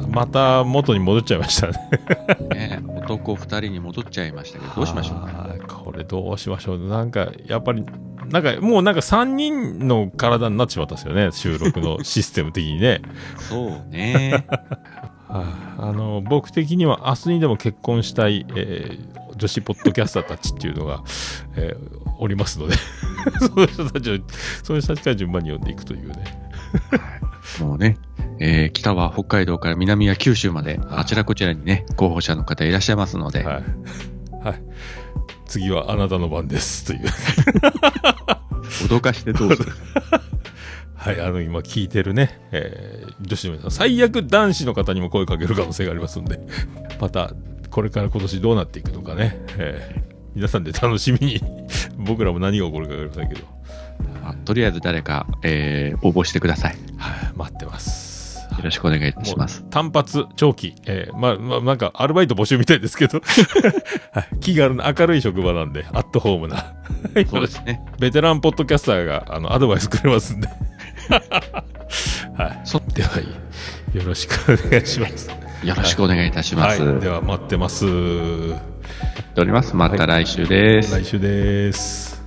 また元に戻っちゃいましたね。 ね、男2人に戻っちゃいましたけど、どうしましょうか。 これどうしましょう。なんか、やっぱり、なんか、もうなんか3人の体になってしまったんですよね。収録のシステム的にね。 そうね。 僕的には明日にでも結婚したい、女子ポッドキャスターたちっていうのが、おりますので、そういう人たちから順番に呼んでいくというね。 もうね、北は北海道から南は九州まで、あちらこちらにね、候補者の方いらっしゃいますので。 はい。はい。次はあなたの番ですという。 脅かしてどうぞ。 はい、今聞いてるね、女子の皆さん、最悪男子の方にも声かける可能性がありますんで、また、これから今年どうなっていくのかね、皆さんで楽しみに、僕らも何が起こるかわかりませんけど。 とりあえず誰か、応募してください。 はい、待ってます。 よろしくお願いいたします。 単発、長期、なんかアルバイト募集みたいですけど、はい、気軽な明るい職場なんで、アットホームな。 そうですね。 ベテランポッドキャスターが、アドバイスくれますんで。はい。では、よろしくお願いします。 よろしくお願いいたします。 はい、では、待ってます。 待っております。また来週です。 来週です。